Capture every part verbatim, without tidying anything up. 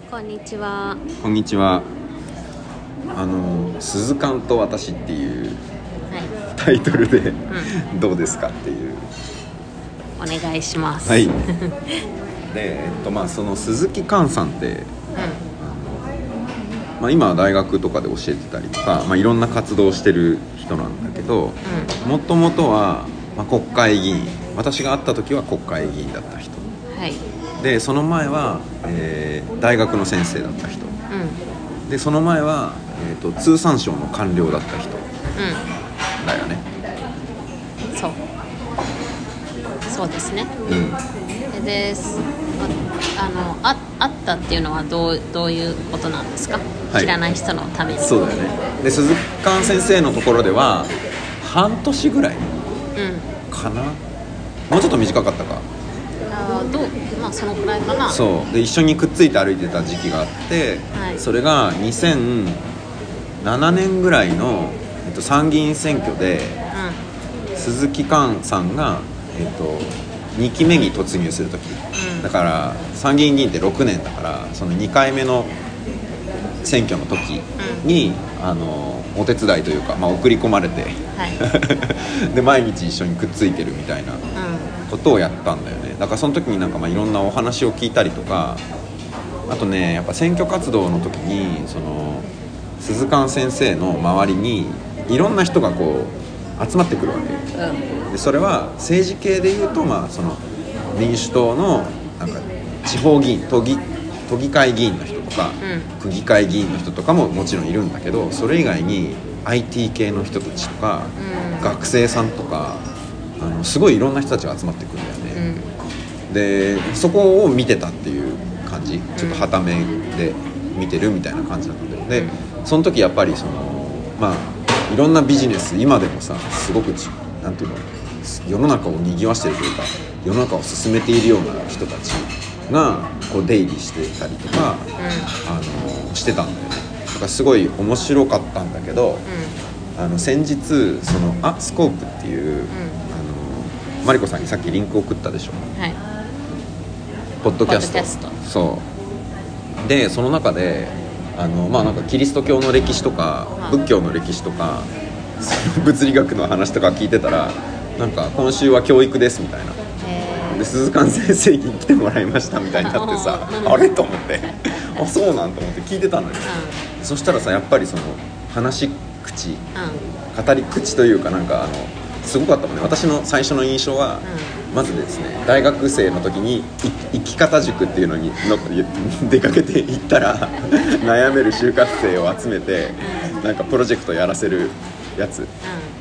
こんにちは。 こんにちは。あの鈴缶と私っていうタイトルで、はい、どうですかっていうお願いします。 はいで、えっとまあ、その鈴木寛さんって、うんまあ、今は大学とかで教えてたりとか、まあ、いろんな活動をしてる人なんだけど、もともとは、まあ、国会議員、私が会った時は国会議員だった人、 はい、でその前は、えー、大学の先生だった人、うん、でその前は、えーと、通産省の官僚だった人、うん、だよね。 そうそうですね、うん、であのあ会ったっていうのはどう、どういうことなんですか、はい、知らない人のために。 そうだよね。で鈴木寛先生のところでは半年ぐらいかな、うん、もうちょっと短かったか、 あどうまあそのくらいかな。 そうで一緒にくっついて歩いてた時期があって、はい、それがにせんななねんぐらいの、えっと、参議院選挙で、うん、鈴木寛さんが、えっと、にきめに突入する時、うん、だから参議院議員ってろくねんだから、そのにかいめの選挙の時に、うん、あのお手伝いというか、まあ、送り込まれて、はい、で毎日一緒にくっついてるみたいなことをやったんだよね。だからその時になんかまあいろんなお話を聞いたりとか、あとねやっぱ選挙活動の時にその鈴鹿先生の周りにいろんな人がこう集まってくるわけ、うん、でそれは政治系でいうと、まあ、その民主党のなんか地方議員都議、都議会議員の人とか、うん、区議会議員の人とかももちろんいるんだけど、それ以外に アイティー 系の人たちとか、うん、学生さんとかあのすごいいろんな人たちが集まってくるんだよね、うん、でそこを見てたっていう感じ、ちょっと傍目で見てるみたいな感じなんだよ。でその時やっぱりそのまあいろんなビジネス今でもさすごくなんていうの世の中を賑わしてるというか世の中を進めているような人たちがこう出入りしてたりとか、うん、あのしてたんだよね。だからすごい面白かったんだけど、うん、あの先日そのあスコープっていう、うん、あのマリコさんにさっきリンク送ったでしょ、はい、ポッドキャスト、ポッドキャストそうでその中であのまあなんかキリスト教の歴史とか仏教の歴史とか物理学の話とか聞いてたら、なんか今週は教育ですみたいなで鈴鹿先生に来てもらいましたみたいになってさあれと思ってあそうなんと思って聞いてたのよ、うん、そしたらさやっぱりその話し口、うん、語り口というかなんかあのすごかったもんね。私の最初の印象は、うん、まずですね大学生の時に生き方塾っていうのにの出かけて行ったら悩める就活生を集めてなんかプロジェクトやらせるやつ、うん、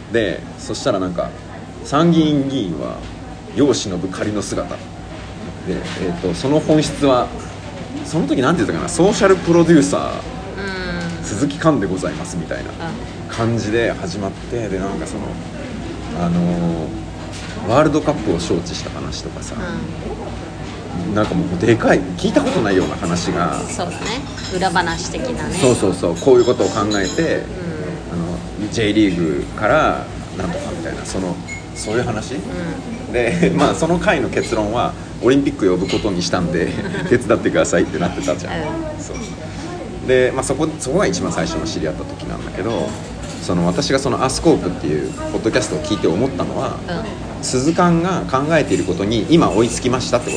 でそしたらなんか参議院議員は世を忍ぶ仮の姿で、えー、とその本質はその時なんて言ったかな、ソーシャルプロデューサー、うん、鈴木寛でございますみたいな感じで始まって、でなんかそのあのー、ワールドカップを招致した話とかさ、うん、なんかもうでかい聞いたことないような話が、 そうだね、裏話的なね、 そうそうそう、こういうことを考えて、うん、あの J リーグからなんとかみたいなそのそういう話、うん、でまあその回の結論はオリンピック呼ぶことにしたんで手伝ってくださいってなってたじゃん、うん、そうで、まあ、そこ、そこが一番最初の知り合った時なんだけど、その私がそのアスコープっていうポッドキャストを聞いて思ったのは、うん、鈴鹿が考えていることに今追いつきましたって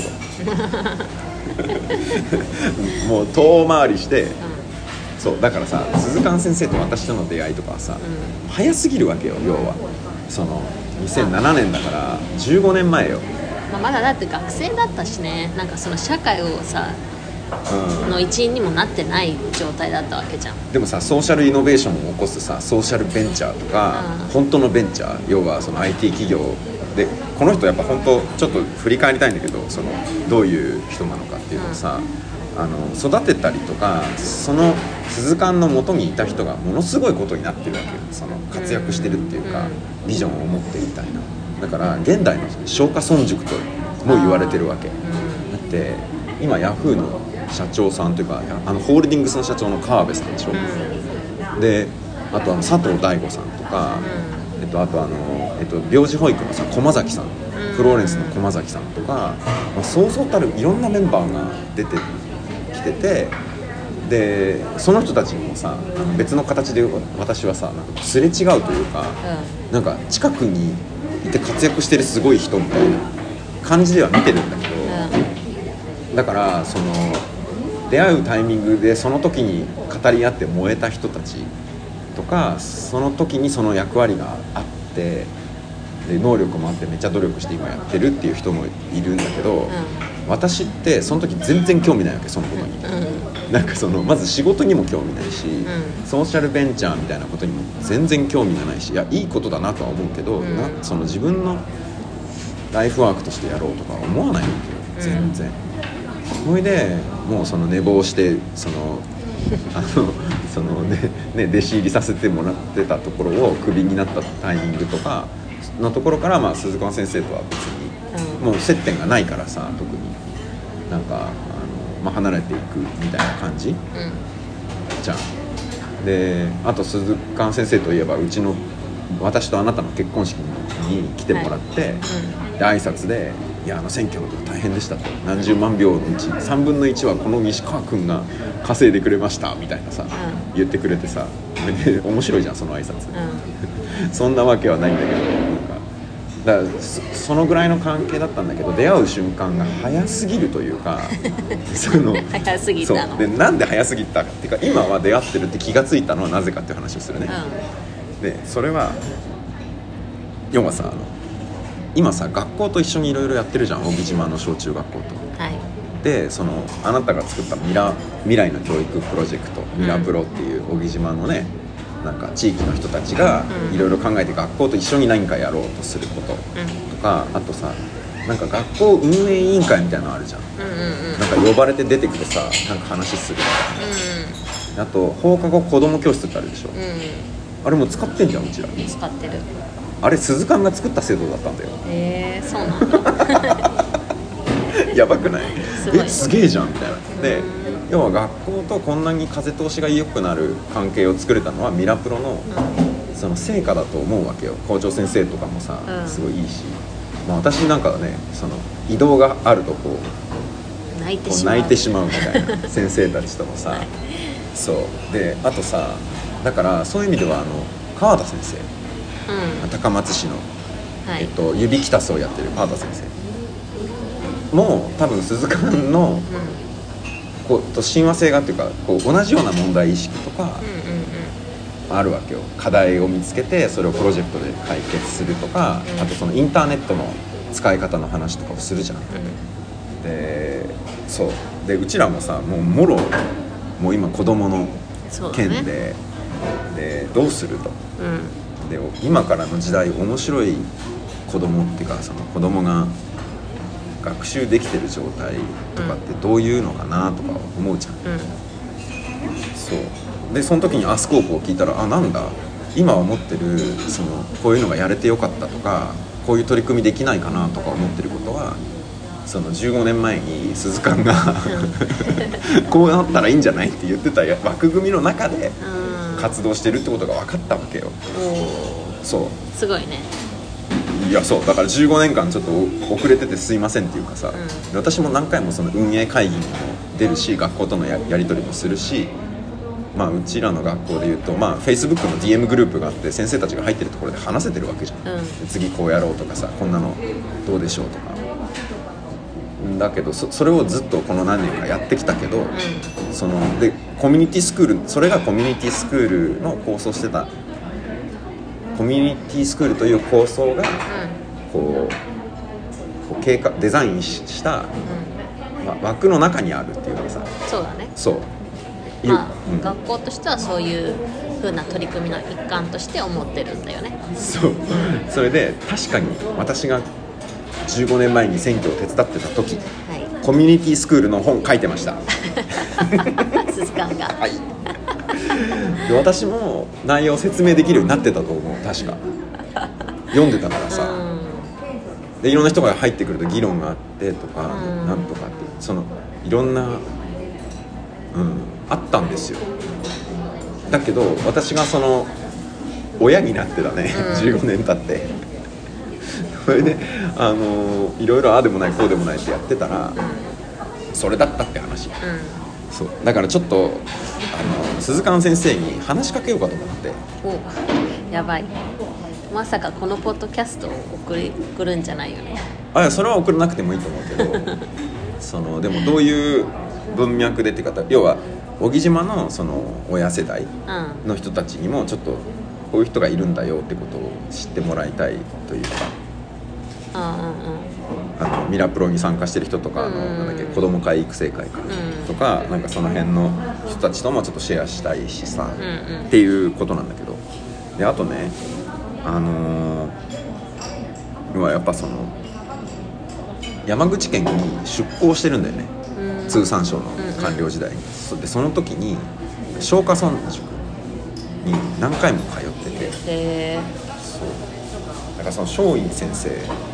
こともう遠回りして、うん、そうだからさ鈴鹿先生と私との出会いとかはさ、うん、早すぎるわけよ。要はそのにせんななねんだからじゅうごねんまえよ、 まあ、まだだって学生だったしね、なんかその社会をさ、うん、の一員にもなってない状態だったわけじゃん。 でもさソーシャルイノベーションを起こすさソーシャルベンチャーとか、うん、本当のベンチャー、要はその アイティー 企業でこの人やっぱ本当ちょっと振り返りたいんだけど、そのどういう人なのかっていうのをさ、うん、あの育てたりとかその鈴鹿の元にいた人がものすごいことになってるわけよ。その活躍してるっていうか、うん、ビジョンを持ってみたいな。だから現代の松下村塾とも言われてるわけ、うん、だって今ヤフーの社長さんというかあのホールディングスの社長の川辺さんでしょ、うん、であとあの佐藤大吾さんとか、うん、えっと、あとあの、えっと、病児保育のさ駒崎さん、フローレンスの駒崎さんとか、まあ、そうそうたるいろんなメンバーが出てきてて、 でその人たちにもさ別の形で私はさなんかすれ違うというか、うん、なんか近くにいて活躍してるすごい人みたいな感じでは見てるんだけど、うん、だからその出会うタイミングでその時に語り合って燃えた人たちとかその時にその役割があってで能力もあってめっちゃ努力して今やってるっていう人もいるんだけど、うん、私ってその時全然興味ないわけそのことに、うん、なんかそのまず仕事にも興味ないし、うん、ソーシャルベンチャーみたいなことにも全然興味がないしいやいいことだなとは思うけど、うん、なその自分のライフワークとしてやろうとか思わないわけよ全然、うん、それでもうその寝坊してそのあのそのね、ね弟子入りさせてもらってたところをクビになったタイミングとかのところから、まあ、鈴川先生とは別に、うん、もう接点がないからさ特になんかあの、まあ、離れていくみたいな感じ、うん、じゃんであと鈴川先生といえばうちの私とあなたの結婚式に来てもらって、はいうん、で挨拶でいやあの選挙のこと大変でしたと何十万票のうちさんぶんのいちはこの西川君が稼いでくれましたみたいなさ、うん、言ってくれてさ面白いじゃんその挨拶、うん、そんなわけはないんだけどなんかだからそ、そのぐらいの関係だったんだけど出会う瞬間が早すぎるというかその早すぎたのそうでなんで早すぎたかっていうか今は出会ってるって気がついたのはなぜかっていう話をするね、うん、でそれは要はさあの今さ学校と一緒にいろいろやってるじゃん小木島の小中学校と、はい、でそのあなたが作ったミラ未来の教育プロジェクトミラプロっていう小木島のねなんか地域の人たちがいろいろ考えて学校と一緒に何かやろうとすることとか、あとさなんか学校運営委員会みたいなのあるじゃん、うんうんうん、なんか呼ばれて出てきてさなんか話するみたいな、うん、あと放課後子ども教室ってあるでしょ、うん、あれも使ってんじゃんうちら使ってるあれ鈴鹿が作った制度だったんだよへえー、そうなんだやばくないすえすげえじゃんみたいなで要は学校とこんなに風通しが良くなる関係を作れたのはミラプロの、うん、その成果だと思うわけよ校長先生とかもさ、うん、すごいいいし、まあ、私なんかはねその移動があるとこう泣いてしまう、 泣いてしまうみたいな先生たちともさ、はい、そうであとさだからそういう意味ではあの川田先生、うん、高松市の、はいえっと、指キタスをやってる川田先生もう多分鈴鹿の、うんこうと親和性がっていうかこう同じような問題意識とかあるわけよ課題を見つけてそれをプロジェクトで解決するとか、うん、あとそのインターネットの使い方の話とかをするじゃん、うん、でそうでうちらもさもうもろもう今子供の件で、ね、でどうすると、うん、で今からの時代面白い子供っていうかその子供が学習できてる状態とかってどういうのかなとか思うじゃん、うん、そうでその時にアスコープを聞いたらあなんだ今思ってるそのこういうのがやれてよかったとかこういう取り組みできないかなとか思ってることはそのじゅうごねんまえに鈴鹿がこうなったらいいんじゃないって言ってた枠組みの中で活動してるってことが分かったわけよ、うん、そうすごいねいやそうだからじゅうごねんかんちょっと遅れててすいませんっていうかさ、うん、私も何回もその運営会議にも出るし学校との や, やり取りもするし、まあ、うちらの学校でいうと、まあ、Facebook の ディーエム グループがあって先生たちが入ってるところで話せてるわけじゃん、うん、次こうやろうとかさこんなのどうでしょうとかだけど そ, それをずっとこの何年かやってきたけど、うん、そのでコミュニティスクールそれがコミュニティスクールの構想してたコミュニティスクールという構想がこう、こう計画デザインした、うんまあ、枠の中にあるっていうかさそうだねそう、 まあうん、学校としてはそういう風な取り組みの一環として思ってるんだよねそうそれで確かに私がじゅうごねんまえに選挙を手伝ってた時、はい、コミュニティスクールの本書いてました鈴鹿がはいで私も内容を説明できるようになってたと思う確か読んでたからさ、うん、でいろんな人が入ってくると議論があってとか、うん、なんとかってそのいろんな、うん、あったんですよだけど私がその親になってたね、うん、じゅうごねん経ってそれであのいろいろああでもないこうでもないってやってたら、うん、それだったって話、うん、 そうだからちょっとあの鈴鹿先生に話しかけようかと思って。 おやばい、まさかこのポッドキャストを送り送るんじゃないよね。 あいやそれは送らなくてもいいと思うけどそのでもどういう文脈でっていうか、要は小木島のその親世代の人たちにもちょっとこういう人がいるんだよってことを知ってもらいたいというか、 うんうんうん、 あのミラプロに参加してる人とか、あのなんだっけ子ども会育成会かとか、なんかその辺の人たちともちょっとシェアしたいしさ、うんうん、っていうことなんだけど、であとねあのー、要はやっぱその山口県に出向してるんだよね、うん、通産省の官僚時代に、うんうん、でその時に松下村塾に何回も通ってて、 へー、 そうだからその松陰先生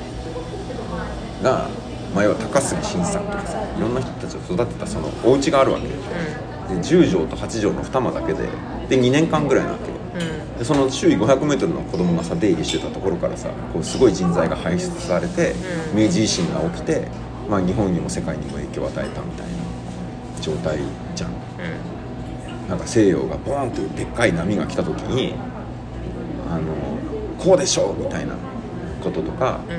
が、まあ、要は高杉晋作とかさいろんな人たちを育てたそのお家があるわけで、うん、でじゅう畳とはち畳のに間だけででにねんかんぐらいなわけよ、うん、でその周囲ごひゃくメートルの子供がさ出入りしてたところからさこうすごい人材が輩出されて、うん、明治維新が起きて、まあ、日本にも世界にも影響を与えたみたいな状態じゃん、うん、なんか西洋がボーンというでっかい波が来た時にあのこうでしょうみたいなこととか、うん、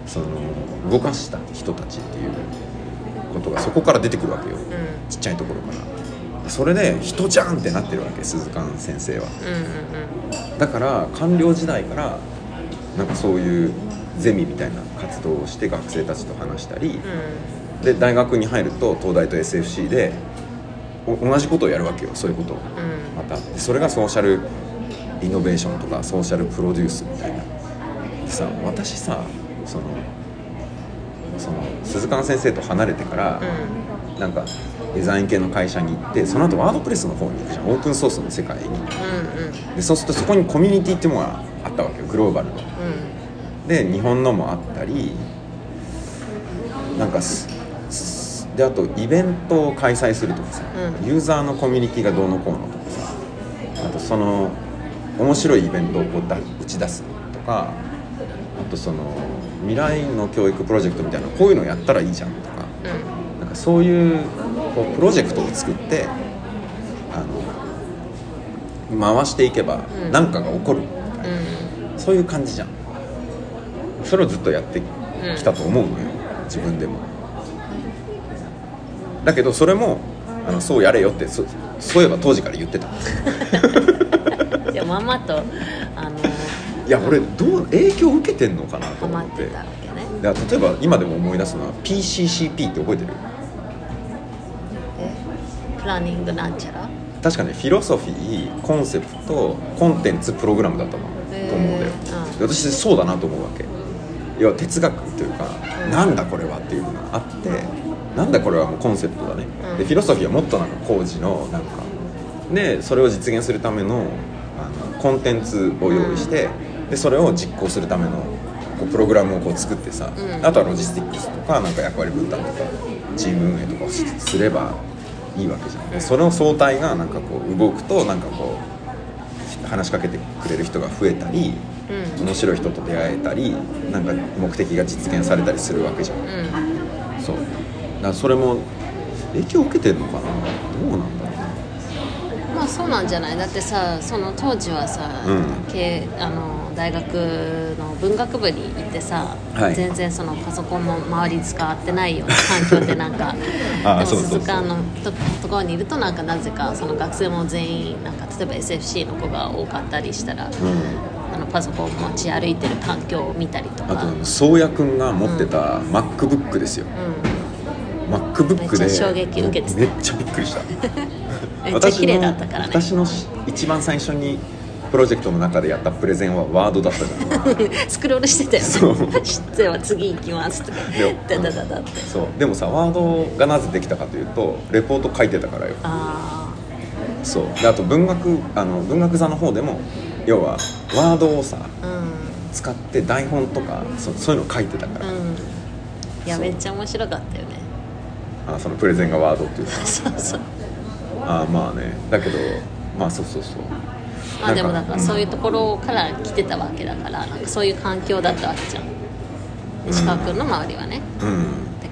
その動かした人たちっていうことがそこから出てくるわけよ、うん、ちっちゃいところからそれで人じゃんってなってるわけ鈴鹿先生は、うんうんうん、だから官僚時代からなんかそういうゼミみたいな活動をして学生たちと話したり、うん、で大学に入ると東大と エスエフシー で同じことをやるわけよ、そういうことを、うん、またそれがソーシャルイノベーションとかソーシャルプロデュースみたいなでさ、私さそのその鈴鹿先生と離れてから、うん、なんかデザイン系の会社に行ってその後ワードプレスの方に行くじゃん、オープンソースの世界に、うんうん、でそうするとそこにコミュニティっていうものがあったわけよ、グローバルの、うん、で日本のもあったりなんかであとイベントを開催するとかさ、うん、ユーザーのコミュニティがどうのこうのとかさ、あとその面白いイベントをこうだ打ち出すとか、あとその未来の教育プロジェクトみたいなこういうのやったらいいじゃんとか、うん、なんかそういうこうプロジェクトを作ってあの回していけば何かが起こるみたいな、うん、そういう感じじゃん。それをずっとやってきたと思うのよ、自分でも。だけどそれもあのそうやれよって そ, そういえば当時から言ってたいやまんまとあのいや俺どう影響を受けてんのかなと思って、 ってたわけね、 いや例えば今でも思い出すのは ピーシーシーピー って覚えてる？ えプランニングなんちゃら確かね、フィロソフィー、コンセプト、コンテンツ、プログラムだったのと思うんだよ、うん、私そうだなと思うわけ。要は哲学というか、うん、なんだこれはっていうのがあって、なんだこれはもうコンセプトだね、うん、でフィロソフィーはもっとなんか工事のなんかでそれを実現するための、あのコンテンツを用意して、うん、でそれを実行するためのこうプログラムをこう作ってさ、うん、あとはロジスティックスとかなんか役割分担とかチーム運営とかをすればいいわけじゃん。でその総体がなんかこう動くとなんかこう話しかけてくれる人が増えたり、うん、面白い人と出会えたりなんか目的が実現されたりするわけじゃん、うん、そうだからそれも影響を受けてるのかな、どうなんだろうな。 まあそうなんじゃない。だってさその当時はさ、うん、系あの大学の文学部に行ってさ、はい、全然そのパソコンも周り使ってないような環境でなんかでも鈴鹿の と, ところにいるとなんかなぜかその学生も全員なんか例えば エスエフシー の子が多かったりしたら、うん、あのパソコン持ち歩いてる環境を見たりとか、 あと宗谷くんが持ってた MacBook ですよ、うん、MacBook でめっちゃ衝撃受けてた。 めっちゃびっくりしためっちゃ綺麗だったからね。 私の一番最初にプロジェクトの中でやったプレゼンはワードだったじゃんスクロールしてたよねでは次行きますとかダダダダって。 そうでもさワードがなぜできたかというとレポート書いてたからよ。 あそうであと文学あの文学座の方でも要はワードをさ、うん、使って台本とか そ, そういうの書いてたから、うん、 いやめっちゃ面白かったよね。 あそのプレゼンがワードっていうかそうそうあまあねだけどまあそうそうそうまあでもだからそういうところから来てたわけだからなんかそういう環境だったわけじゃん。石川君の周りはね、うん、だけど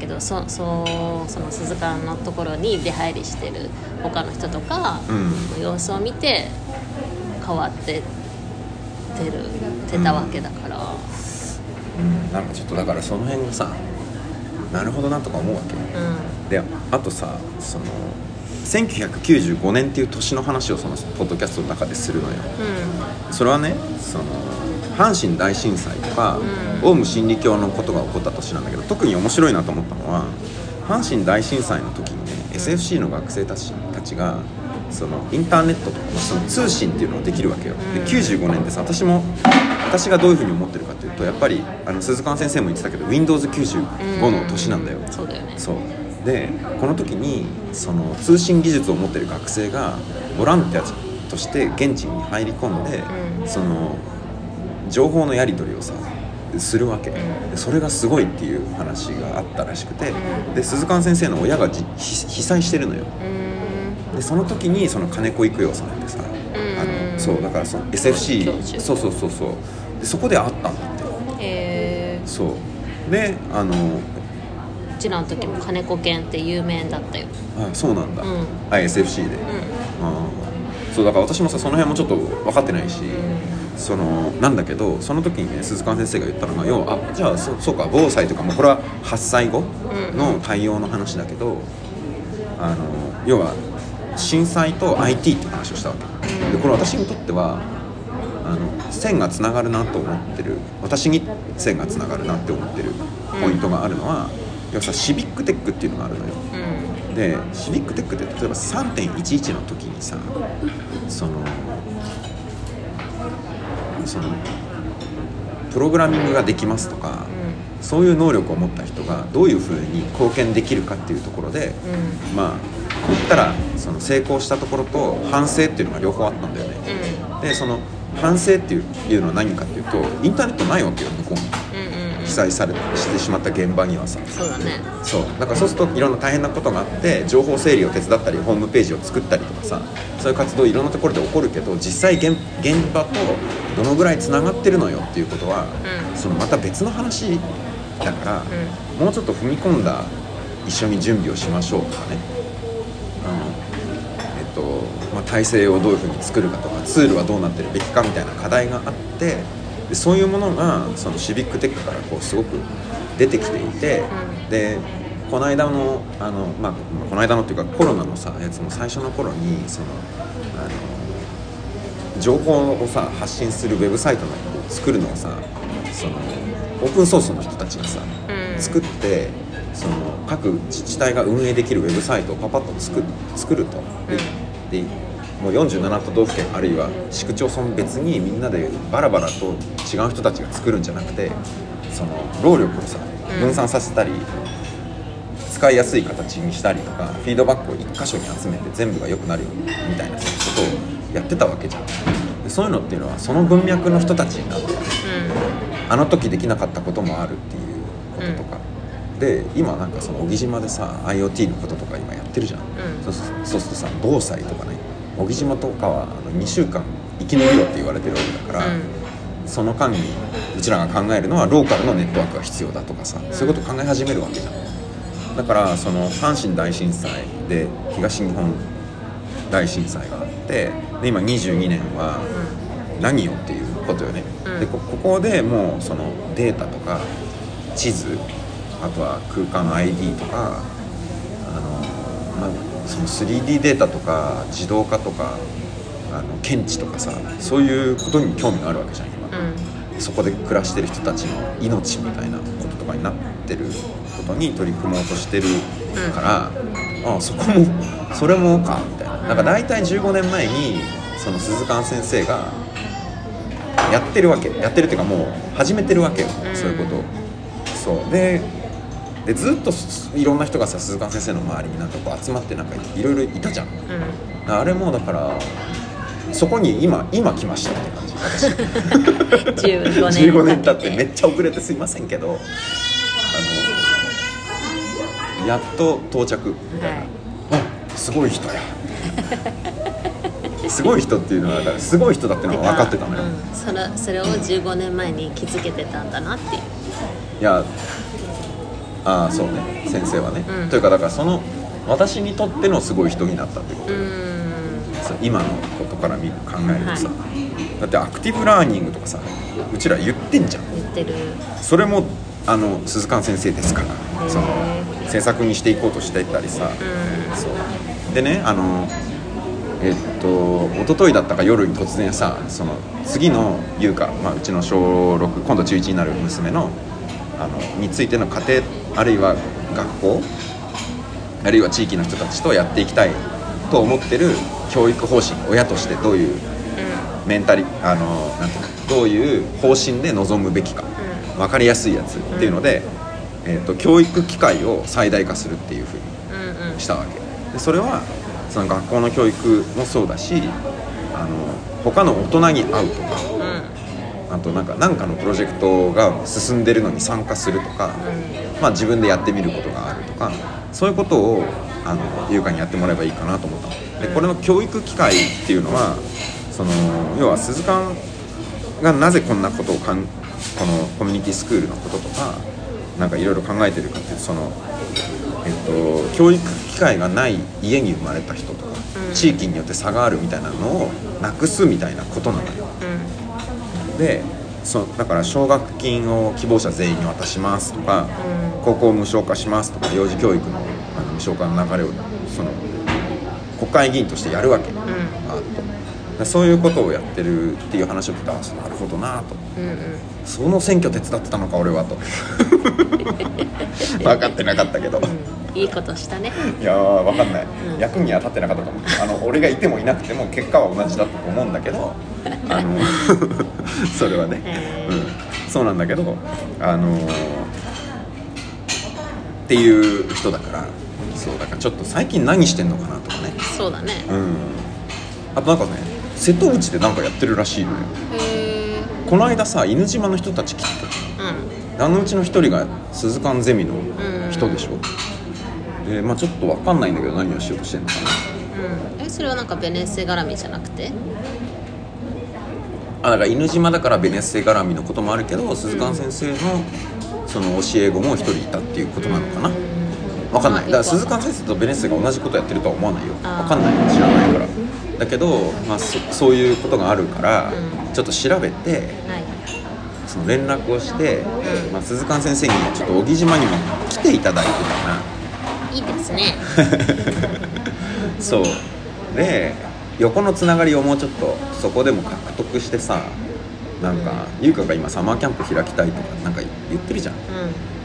ど そ, そ, その鈴鹿のところに出入りしてる他の人とか、うん、様子を見て変わって出る出たわけだから、 うんうん、なんかちょっとだからその辺がさなるほどなとか思うわけ、うん、であとさそのせんきゅうひゃくきゅうじゅうごねんっていう年の話をそのポッドキャストの中でするのよ、うん、それはねその阪神大震災とか、うん、オウム真理教のことが起こった年なんだけど、特に面白いなと思ったのは阪神大震災の時にね、うん、エスエフシー の学生たち、たちがそのインターネットとかその通信っていうのができるわけよ、うん、できゅうじゅうごねんでさ、私も私がどういうふうに思ってるかというと、やっぱりあの鈴鹿先生も言ってたけど ウィンドウズきゅうじゅうご の年なんだよ、 うん、そうだよね。 そうでこの時にその通信技術を持っている学生がボランティアとして現地に入り込んで、うん、その情報のやり取りをさするわけ、うん、でそれがすごいっていう話があったらしくて、うん、で鈴鹿先生の親がじ被災してるのよ、うん、でその時にその金子育代さんってさ、うん、あのそうだからその エスエフシー そうそうそうそうでそこで会ったんだって、 へー、 そうであのうちらの時も金子犬って有名だったよ。 あ、そうなんだ、うん、あ エスエフシー で、うん、あそうだから私もさその辺もちょっと分かってないし、うん、そのなんだけどその時にね鈴鹿先生が言ったのが要はあじゃあ そ, そうか防災とかもこれは発災後の対応の話だけど、うん、あの要は震災と アイティー って話をしたわけ、うん、でこれ私にとってはあの線がつながるなと思ってる私に線がつながるなって思ってるポイントがあるのは、うん要はさシビックテックっていうのがあるのよ、うん、でシビックテックって例えば さんてんいちいち の時にさそのそのプログラミングができますとか、うん、そういう能力を持った人がどういうふうに貢献できるかっていうところで、うん、まあ言ったらその成功したところと反省っていうのが両方あったんだよね、うん、でその反省っていうのは何かっていうとインターネットないわけよ向こうに被災されしてしまった現場にはさそうだねそうだからそうするといろんな大変なことがあって情報整理を手伝ったりホームページを作ったりとかさそういう活動いろんなところで起こるけど実際 現, 現場とどのぐらいつながってるのよっていうことは、うん、そのまた別の話だから、うん、もうちょっと踏み込んだ一緒に準備をしましょうとかね、うんえっとまあ、体制をどういうふうに作るかとかツールはどうなってるべきかみたいな課題があってでそういうものがそのシビックテックからこうすごく出てきていて、うん、でこの間のあの、まあ、この間のっていうかコロナのさやつの最初の頃にそのあの情報をさ発信するウェブサイトのを作るのをさそのオープンソースの人たちがさ、うん、作ってその各自治体が運営できるウェブサイトをパパッと 作, 作ると、うん、でもうよんじゅうなな都道府県あるいは市区町村別にみんなでバラバラと違う人たちが作るんじゃなくてその労力をさ分散させたり、うん、使いやすい形にしたりとかフィードバックを一箇所に集めて全部が良くなるようにみたいなことをやってたわけじゃん。でそういうのっていうのはその文脈の人たちになって、うん、あの時できなかったこともあるっていうこととか、うん、で今なんかその小木島でさ IoT のこととか今やってるじゃん、うん、そう, そうするとさ防災とかね小木島とかはあのにしゅうかん生き延びろって言われてるわけだから、うん、その間にうちらが考えるのはローカルのネットワークが必要だとかさ、うん、そういうことを考え始めるわけじゃん。だからその阪神大震災で東日本大震災があってで今にじゅうにねんは何よっていうことよね、うん、で こ, ここでもうそのデータとか地図あとは空間 アイディー とかあの、まあその スリーディー データとか自動化とかあの検知とかさそういうことに興味があるわけじゃん今、うん、そこで暮らしてる人たちの命みたいなこととかになってることに取り組もうとしてるから、うん、あそこもそれもかみたいな、うん、だから大体じゅうごねんまえにその鈴鹿先生がやってるわけやってるっていうかもう始めてるわけよ、うん、そういうことをそうででずっといろんな人がさ鈴鹿先生の周りになんかこう集まってなんかいろいろいたじゃん、うん、あれもだからそこに今今来ましたって感じ私じゅうごねんじゅうごねん経ってめっちゃ遅れてすいませんけどあのやっと到着みたいな、はい、あすごい人やすごい人っていうのはだからすごい人だっていうのは分かってたのよ、うん、 それ、それをじゅうごねんまえに気づけてたんだなっていういやああそうね先生はね、 うん、 というかだからその私にとってのすごい人になったってことよ、今のことから見る考えるとさ、はい、だってアクティブラーニングとかさうちら言ってんじゃん。 言ってる。それもあの鈴鹿先生ですからその制作にしていこうとしてたりさ、うん、そうでねあのえっと一昨日だったか夜に突然さその次の優香、まあ、うちの小ろく今度中いちになる娘のあのについての家庭あるいは学校あるいは地域の人たちとやっていきたいと思ってる教育方針親としてどういうメンタリあのなんていうのどういう方針で臨むべきか、うん、分かりやすいやつっていうので、うんえー、と教育機会を最大化するっていうふうにしたわけでそれはその学校の教育もそうだしあの他の大人に会うとか、うん、あとなんか何かのプロジェクトが進んでるのに参加するとか、うんまあ、自分でやってみることがあるとかそういうことをあの優香にやってもらえばいいかなと思ったのでこれの教育機会っていうのはその要は鈴鹿がなぜこんなことをかんこのコミュニティスクールのこととかなんかいろいろ考えてるかっていうとその、えっと、教育機会がない家に生まれた人とか、うん、地域によって差があるみたいなのをなくすみたいなことなのよ、うん、でそだから奨学金を希望者全員に渡しますとか、うん、高校無償化しますとか幼児教育の、あの無償化の流れをその国会議員としてやるわけ、うん、あとそういうことをやってるっていう話を聞いたらなるほどなと、うんうん、その選挙手伝ってたのか俺はと分かってなかったけど、 うん、いいことしたね。 いやー分かんない、うん、役には立ってなかったと思うあの俺がいてもいなくても結果は同じだと思うんだけどあのそれはね、うん、そうなんだけどあのー、っていう人だからそうだからちょっと最近何してんのかなとかね。 そうだね、 うん、あとなんかね瀬戸内でなんかやってるらしいのよ。へー。この間さ犬島の人たち来てた、うん、あのうちの一人が鈴鹿ゼミの人でしょ、うん、でまあちょっと分かんないんだけど何をしようとしてんのかな、 うん、えそれはなんかベネッセ絡みじゃなくてあだから犬島だからベネッセ絡みのこともあるけど鈴鹿先生のその教え子も一人いたっていうことなのかな、うん、分かんない。だから鈴鹿先生とベネッセが同じことやってるとは思わないよ。分かんない知らないからだけど、まあ、そ, そういうことがあるから、うん、ちょっと調べて、はい、その連絡をして、うんまあ、鈴鹿先生にちょっと小木島にも来ていただいてたな。 いいですねそうで横のつながりをもうちょっとそこでも獲得してさなんか優香が今サマーキャンプ開きたいとかなんか言ってるじゃん、うん、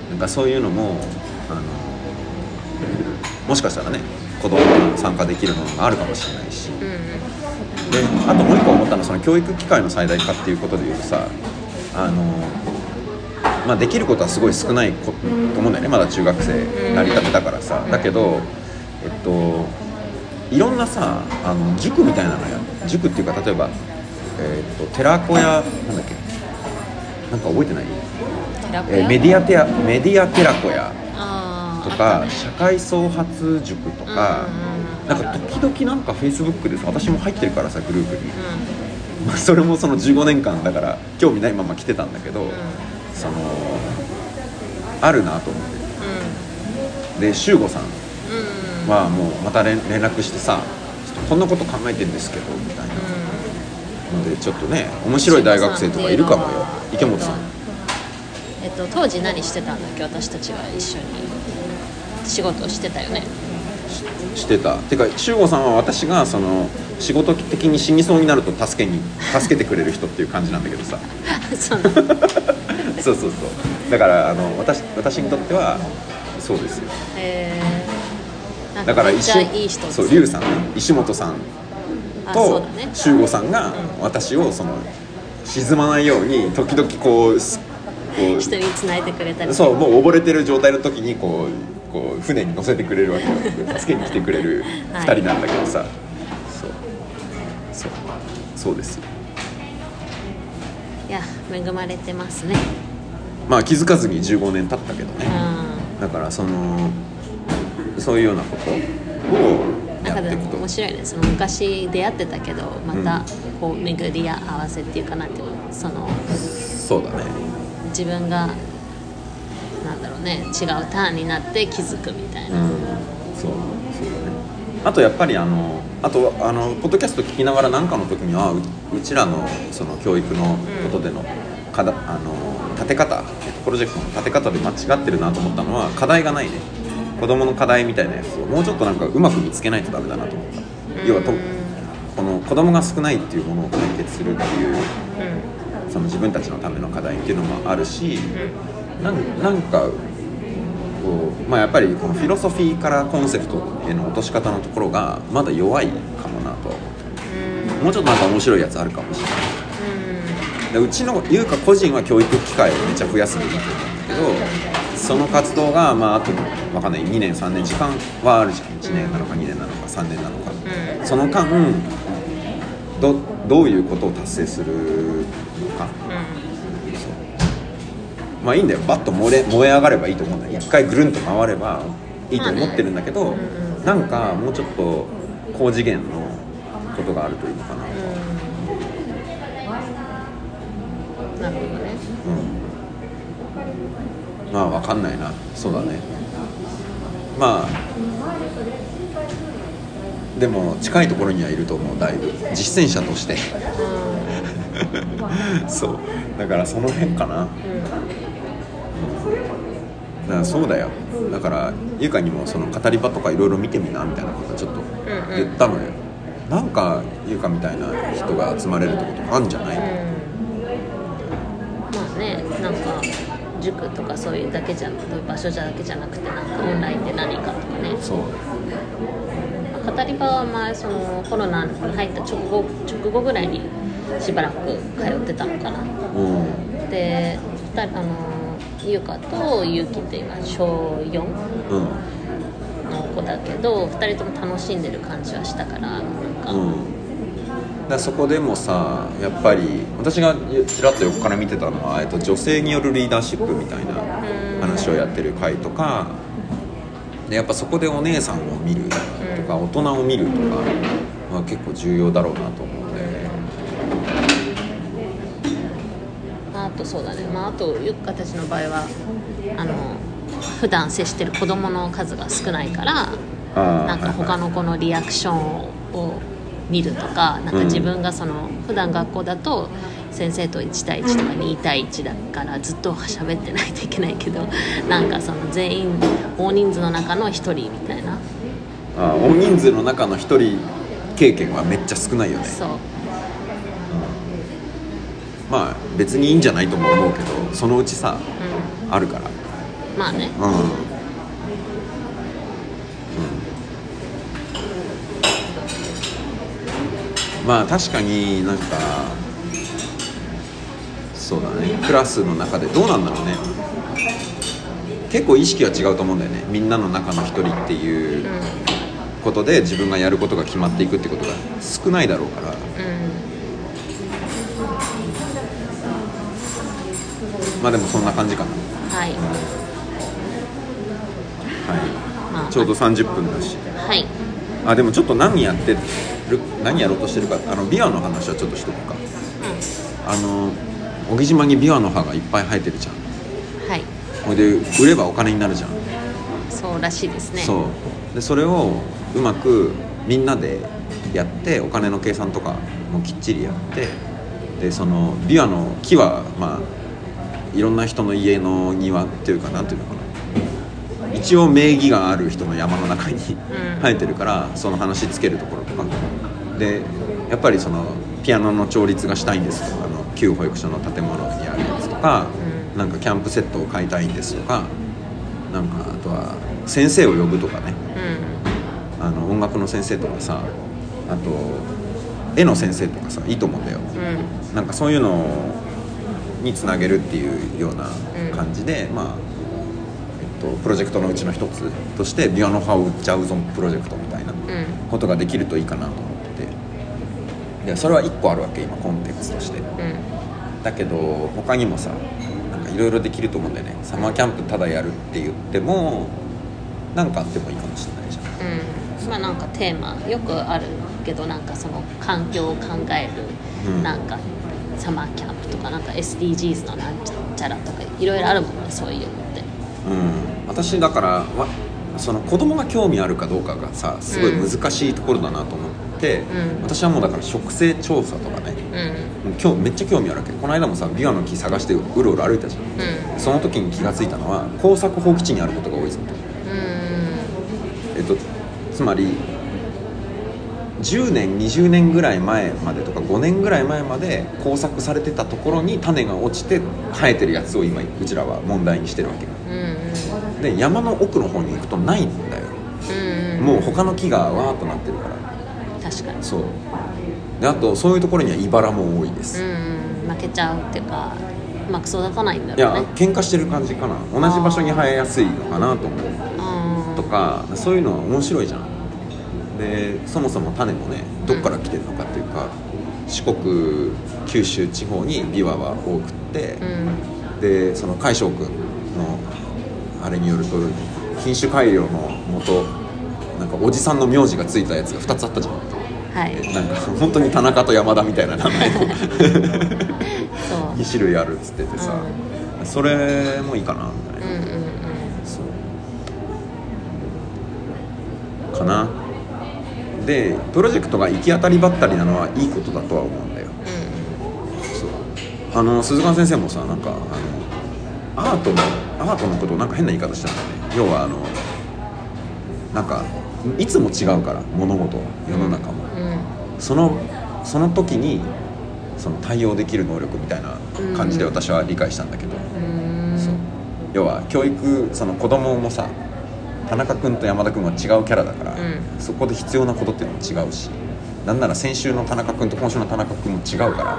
なんかそういうのもあのもしかしたらね子供が参加できるものがあるかもしれないし、うん、であともう一個思ったのはその教育機会の最大化っていうことでいうとさあの、まあ、できることはすごい少ないと思うんだよねまだ中学生成り立てだからさ、うん、だけどえっといろんなさあの塾みたいなのや塾っていうか例えば、えー、と寺子屋なんだっけなんか覚えてない？ 寺子屋、 えー、メディアテアメディア寺子屋とか、ね、社会創発塾とか、うん、なんか時々なんか Facebook でさ私も入ってるからさグループに、うんまあ、それもそのじゅうごねんかんだから興味ないまま来てたんだけど、うん、そのあるなと思って、うん、で修吾さんはもうまた 連, 連絡してさちょっとこんなこと考えてるんですけどみたいな、うん、のでちょっとね面白い大学生とかいるかもよ。池本さん、 えっと、当時何してたんだっけ私たちは一緒に仕事をしてたよね。 し, してたてか修吾さんは私がその仕事的に死にそうになると助けに助けてくれる人っていう感じなんだけどさそうそうそうそうだからあの 私, 私にとってはそうですよ。へーだから一緒いい人そうリュウさん石本さんと修吾さんが私をその沈まないように時々こうこう人に繋いでくれたりそうもう溺れてる状態の時にこうこう船に乗せてくれるわけよ助けに来てくれるふたりなんだけどさ、はい、そうそうそうですよ。 いや恵まれてますね。 まあ気づかずにじゅうごねん経ったけどね、うん、だからそのそういうようなことをやっていくと面白いね。その昔出会ってたけどまたこう巡り合わせっていうかなっていうそのそうだね自分がなんだろうね、違うターンになって気づくみたいな、 うん、そうそうだね。あとやっぱりあのあとあのポッドキャスト聞きながら何かの時には う, うちらのその教育のことでの、うん、かだあの立て方、プロジェクトの立て方で間違ってるなと思ったのは、課題がないね。子供の課題みたいなやつをもうちょっとなんかうまく見つけないとダメだなと思った。要はとこの子供が少ないっていうものを解決するっていう、うん、その自分たちのための課題っていうのもあるし、うん、なん, なんかこう、まあ、やっぱりこのフィロソフィーからコンセプトへの落とし方のところがまだ弱いかもなとは思って、うん、もうちょっとなんか面白いやつあるかもしれない、うん、でうちの優香個人は教育機会をめっちゃ増やすべきだと思うんだけど、その活動が、まあ、あと分かんないにねんさんねん時間はあるじゃん。いちねんなのかにねんなのかさんねんなのか、うん、その間 ど, どういうことを達成するのか、うん、そうまあいいんだよ、バッと燃え、燃え上がればいいと思うんだよ。一回ぐるんと回ればいいと思ってるんだけど、まあね、うんうん、なんかもうちょっと高次元のことがあるといいのかなと、 うん、なるほどね、 うん、まあ分かんないな。そうだね。まあでも近いところにはいると思う。だいぶ実践者としてそうだからその辺かな、うん、だからそうだよ。だからゆかにもその語り場とかいろいろ見てみなみたいなことちょっと言ったのよ、うんうん、なんかゆかみたいな人が集まれるってことあるんじゃない、うん、 まあね、なんか塾とかそういうだけじゃ場所じゃだけじゃなくて、なんかオンラインで何かとかね。 そう。 語り場は前そのコロナに入った直後直後ぐらいにしばらく通ってたのかな。うん、で、あのゆうかとゆうきって今しょうよんの子だけど、ふたりとも楽しんでる感じはしたから、なんか。うんだそこでもさ、やっぱり私がちらっと横から見てたのは、えっと、女性によるリーダーシップみたいな話をやってる回とかで、やっぱそこでお姉さんを見るとか大人を見るとかは結構重要だろうなと思うんだよね。 あとそうだね、まあ、あとゆっかたちの場合はあの普段接してる子供の数が少ないから、なんか他の子のリアクションを見るとか、なんか自分がその、うん、普段学校だと先生といち対いちとかに対いちだからずっと喋ってないといけないけど、なんかその全員大人数の中のひとりみたいな。 ああ、大人数の中のひとり経験はめっちゃ少ないよね。 そう、うん、 まあ別にいいんじゃないとも思うけど、そのうちさ、うん、あるから。 まあね、 うんまあ確かになんかそうだね、クラスの中でどうなんだろうね。結構意識は違うと思うんだよね。みんなの中の一人っていうことで自分がやることが決まっていくってことが少ないだろうから、うん、まあでもそんな感じかな。 はい、 はい、まあ、ちょうどさんじゅっぷんだし、 はい、 あでもちょっと何やってる何やろうとしてるか、あのビワの話はちょっとしとくか、うん、あの小木島にビワの葉がいっぱい生えてるじゃん。 はい。 それで売ればお金になるじゃん。 そうらしいですね。 そうでそれをうまくみんなでやってお金の計算とかもきっちりやって、でそのビワの木はまあいろんな人の家の庭っていうかなんていうのかな、一応名義がある人の山の中に生えてるから、その話つけるところとかで、やっぱりそのピアノの調律がしたいんですとか、あの旧保育所の建物にあるやつとか、うん、なんかキャンプセットを買いたいんですとか、なんかあとは先生を呼ぶとかね、うん、あの音楽の先生とかさ、あと絵の先生とかさ、いいと思うんだよ、うん、なんかそういうのにつなげるっていうような感じで、うん、まあプロジェクトのうちの一つとしてビワの葉を売っちゃうぞプロジェクトみたいなことができるといいかなと思ってて、でそれはいっこあるわけ今コンテンツとして、うん、だけど他にもさ、なんかいろいろできると思うんだよね。サマーキャンプただやるって言ってもなんかあってもいいかもしれないじゃん、 うん、まあなんかテーマよくあるけど、なんかその環境を考える、うん、なんかサマーキャンプとかなんか エスディージーズ のなんちゃらとかいろいろあるもんね、そういうのって。 うん、私だからわその子供が興味あるかどうかがさすごい難しいところだなと思って、うん、私はもうだから植生調査とかね、うん、もう今日めっちゃ興味あるわけ。この間もさビワの木探してうろうろ歩いたじゃん、うん、その時に気がついたのは耕作放棄地にあることが多いぞと、うん、えっとつまりじゅうねんにじゅうねんぐらい前までとかごねんぐらい前まで耕作されてたところに種が落ちて生えてるやつを今うちらは問題にしてるわけよ、うんうん、で山の奥の方に行くとないんだよ、うんうん、もう他の木がわーっとなってるから。 確かにそうで、あとそういうところには茨も多いです、うんうん、負けちゃうっていうかうまく育たないんだろうね。 いや喧嘩してる感じかな。同じ場所に生えやすいのかなと思うとか、そういうのは面白いじゃん。でそもそも種もねどっから来てるのかっていうか、うん、四国九州地方にビワは多くって、うん、でその海将君のあれによると品種改良のもとなんかおじさんの名字がついたやつがふたつあったじゃん、はい、なんか本当に田中と山田みたいな名前のに種類あるっつっててさ、うん、それもいいかなみたいな、うんうんうん、そうかな。でプロジェクトが行き当たりばったりなのはいいことだとは思うんだよ、うん、そうあの鈴鹿先生もさなんかあのアートのアートのことをなんか変な言い方してたんだよね。要はあのなんかいつも違うから物事は世の中も、うん、そのその時にその対応できる能力みたいな感じで私は理解したんだけど、うん、そう要は教育その子供もさ田中君と山田君は違うキャラだから、うん、そこで必要なことっていうのも違うし、なんなら先週の田中君と今週の田中君も違うから、うん、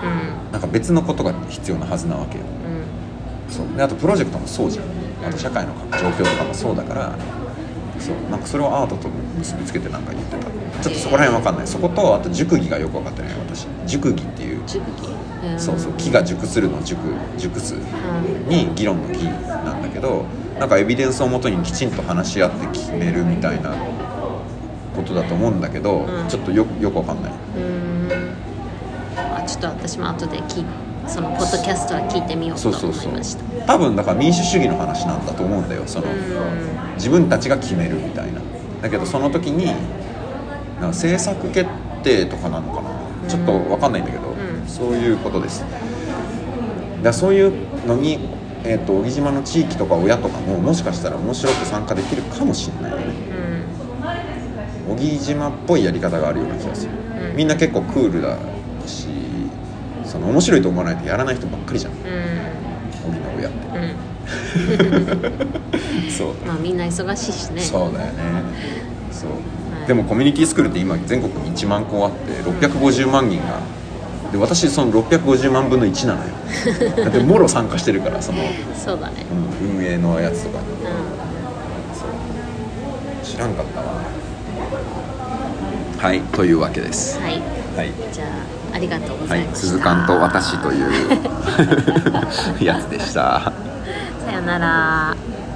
なんか別のことが必要なはずなわけよ、うん、そうであとプロジェクトもそうじゃん。あと社会の状況とかもそうだから、そうなんかそれをアートと結びつけてなんか言ってた。ちょっとそこら辺分かんない。そことあと熟議がよく分かってない私。熟議っていう熟議、うん、 そうそう木が熟するの熟熟すに議論の議なんだけど、なんかエビデンスをもとにきちんと話し合って決めるみたいなことだと思うんだけど、うん、ちょっとよくよくわかんない。うーんあちょっと私も後で聞そのポッドキャストは聞いてみようと思いました。そうそうそう多分だから民主主義の話なんだと思うんだよ。その自分たちが決めるみたいな。だけどその時になんか政策決定とかなのかな、ちょっとわかんないんだけど、うん、そういうことです。だそういうのにえー、と小木島の地域とか親とかももしかしたら面白く参加できるかもしれないよね、うん、小木島っぽいやり方があるような気がする、うん、みんな結構クールだしその面白いと思わないとやらない人ばっかりじゃん、うん、小木の親って、うん、そうまあみんな忙しいしね。 そうだよねそう、はい、でもコミュニティスクールって今全国にいちまんこあってろっぴゃくごじゅうまんにんがで私そのろっぴゃくごじゅうまんぶんのいちなのよだってもろ参加してるからそのそうだね、 うん、運営のやつとかに、うん、そう知らんかったわ。はいというわけです。 はい、はい、じゃあありがとうございました、 はい、鈴鹿と私というやつでした。 さよなら。